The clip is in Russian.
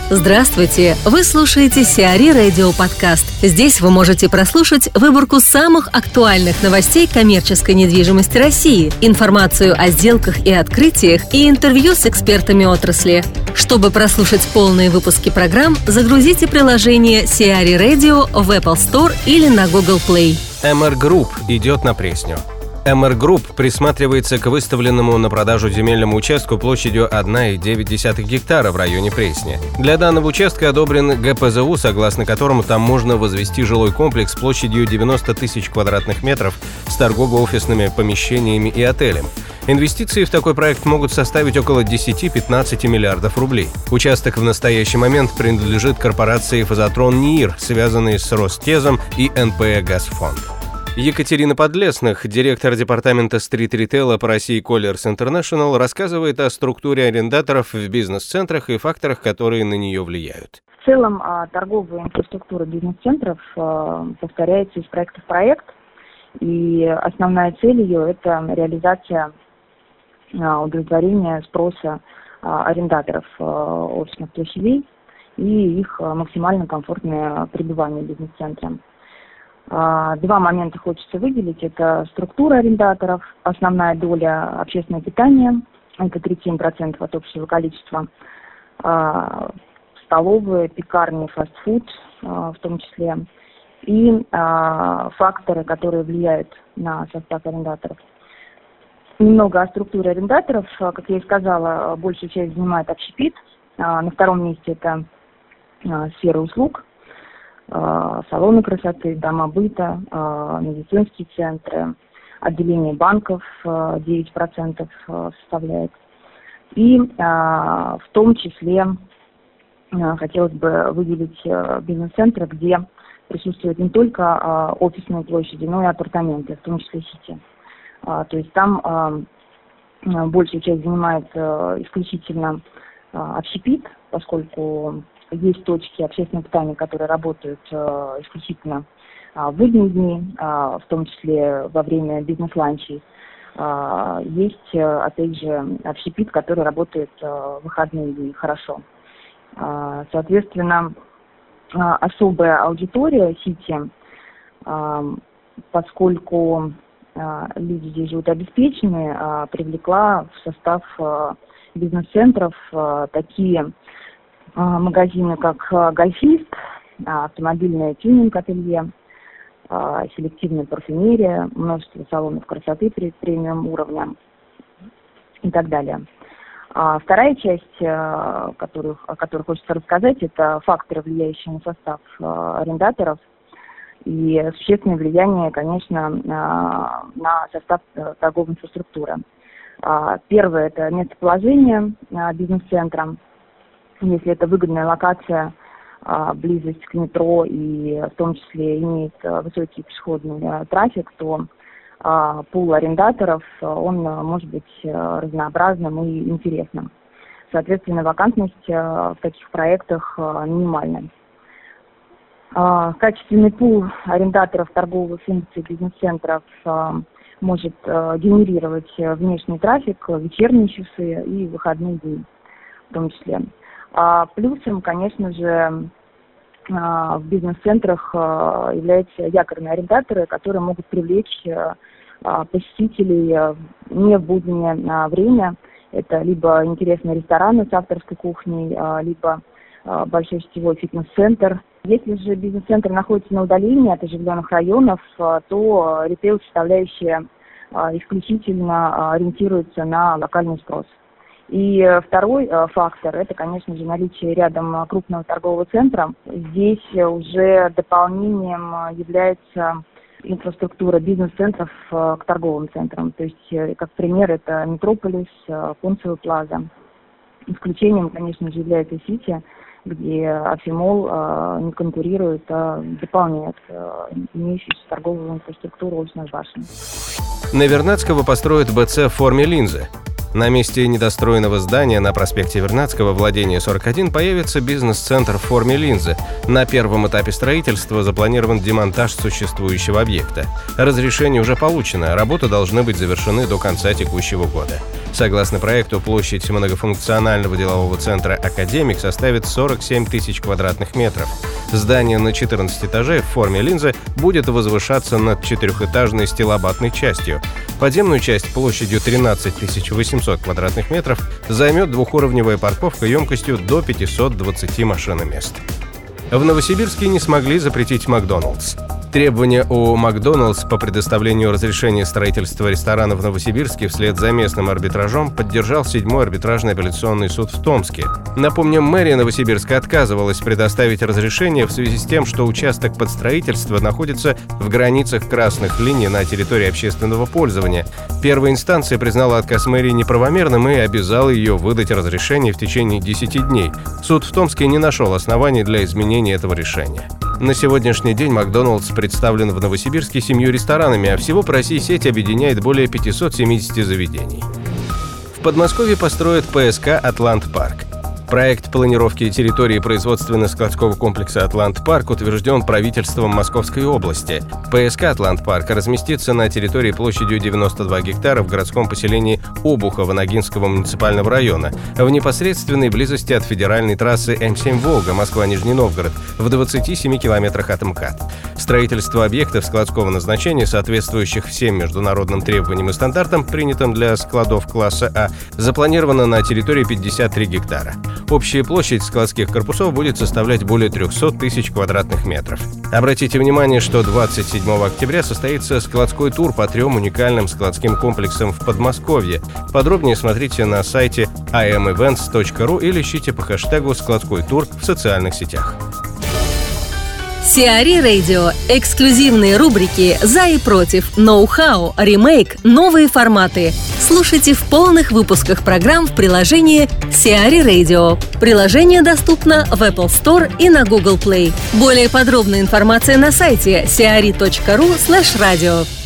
Здравствуйте! Вы слушаете Сиари Радио Подкаст. Здесь вы можете прослушать выборку самых актуальных новостей коммерческой недвижимости России, информацию о сделках и открытиях и интервью с экспертами отрасли. Чтобы прослушать полные выпуски программ, загрузите приложение Сиари Radio в Apple Store или на Google Play. МР Групп идет на Пресню. МР Групп присматривается к выставленному на продажу земельному участку площадью 1,9 гектара в районе Пресни. Для данного участка одобрен ГПЗУ, согласно которому там можно возвести жилой комплекс площадью 90 тысяч квадратных метров с торгово-офисными помещениями и отелем. Инвестиции в такой проект могут составить около 10-15 миллиардов рублей. Участок в настоящий момент принадлежит корпорации «Фазотрон НИИР», связанной с Ростезом и НП «Газфонд». Екатерина Подлесных, директор департамента стрит-ритейла по России Colliers International, рассказывает о структуре арендаторов в бизнес-центрах и факторах, которые на нее влияют. В целом торговая инфраструктура бизнес-центров повторяется из проекта в проект, и основная цель ее – это реализация удовлетворения спроса арендаторов офисных площадей и их максимально комфортное пребывание в бизнес-центре. Два момента хочется выделить. Это структура арендаторов, основная доля общественное питание, это 37% от общего количества, столовые, пекарни, фастфуд в том числе, и факторы, которые влияют на состав арендаторов. Немного о структуре арендаторов. Как я и сказала, большую часть занимает общепит. На втором месте это сфера услуг. Салоны красоты, дома быта, медицинские центры, отделение банков 9% составляет. И в том числе хотелось бы выделить бизнес-центры, где присутствуют не только офисные площади, но и апартаменты, в том числе сити. То есть там большую часть занимает исключительно общепит, поскольку есть точки общественного питания, которые работают исключительно в будние дни, в том числе во время бизнес-ланчей. Есть, опять же, общепит, который работает в выходные дни хорошо. Соответственно, особая аудитория сити, поскольку люди здесь живут обеспеченные, привлекла в состав бизнес-центров такие магазины, как «Гольфист», автомобильное тюнинг-ателье, селективная парфюмерия, множество салонов красоты премиум уровня и так далее. Вторая часть, о которой хочется рассказать, это факторы, влияющие на состав арендаторов и существенное влияние, конечно, на состав торговой инфраструктуры. Первое – это местоположение бизнес-центра. Если это выгодная локация, близость к метро и в том числе имеет высокий пешеходный трафик, то пул арендаторов, он может быть разнообразным и интересным. Соответственно, вакантность в таких проектах минимальна. Качественный пул арендаторов торговых функций бизнес-центров может генерировать внешний трафик, вечерние часы и выходные дни в том числе. Плюсом, конечно же, в бизнес-центрах являются якорные арендаторы, которые могут привлечь посетителей не в буднее время. Это либо интересные рестораны с авторской кухней, либо большой сетевой фитнес-центр. Если же бизнес-центр находится на удалении от оживленных районов, то ритейл-составляющая исключительно ориентируется на локальный спрос. И второй фактор – это, конечно же, наличие рядом крупного торгового центра. Здесь уже дополнением является инфраструктура бизнес-центров к торговым центрам. То есть, как пример, это Метрополис, Кунцево Плаза. Исключением, конечно же, является Сити, где Афимолл не конкурирует, а дополняет имеющуюся торговую инфраструктуру офисных башен. На Вернадского построят БЦ в форме линзы. На месте недостроенного здания на проспекте Вернадского, владение 41, появится бизнес-центр в форме линзы. На первом этапе строительства запланирован демонтаж существующего объекта. Разрешение уже получено, работы должны быть завершены до конца текущего года. Согласно проекту, площадь многофункционального делового центра «Академик» составит 47 тысяч квадратных метров. Здание на 14 этажей в форме линзы будет возвышаться над четырехэтажной стилобатной частью. Подземную часть площадью 13 800 квадратных метров займет двухуровневая парковка емкостью до 520 машиномест. В Новосибирске не смогли запретить Макдоналдс. Требования у Макдоналдс по предоставлению разрешения строительства ресторана в Новосибирске вслед за местным арбитражом поддержал 7-й арбитражный апелляционный суд в Томске. Напомним, мэрия Новосибирска отказывалась предоставить разрешение в связи с тем, что участок под строительство находится в границах красных линий на территории общественного пользования. Первая инстанция признала отказ мэрии неправомерным и обязала ее выдать разрешение в течение 10 дней. Суд в Томске не нашел оснований для изменения этого решения. На сегодняшний день Макдоналдс представлен в Новосибирске 7 ресторанами, а всего по России сеть объединяет более 570 заведений. В Подмосковье построят ПСК «Атлант-парк». Проект планировки территории производственно-складского комплекса «Атлант-парк» утвержден правительством Московской области. ПСК «Атлант-парк» разместится на территории площадью 92 гектара в городском поселении Обухово Ногинского муниципального района, в непосредственной близости от федеральной трассы М7 «Волга» Москва-Нижний Новгород, в 27 километрах от МКАД. Строительство объектов складского назначения, соответствующих всем международным требованиям и стандартам, принятым для складов класса А, запланировано на территории 53 гектара. Общая площадь складских корпусов будет составлять более 300 тысяч квадратных метров. Обратите внимание, что 27 октября состоится складской тур по 3 уникальным складским комплексам в Подмосковье. Подробнее смотрите на сайте amevents.ru или ищите по хэштегу «складской тур» в социальных сетях. Сиари Радио. Эксклюзивные рубрики «За и против», «Ноу-хау», «Ремейк», «Новые форматы». Слушайте в полных выпусках программ в приложении Сиари Radio. Приложение доступно в Apple Store и на Google Play. Более подробная информация на сайте siari.ru/radio.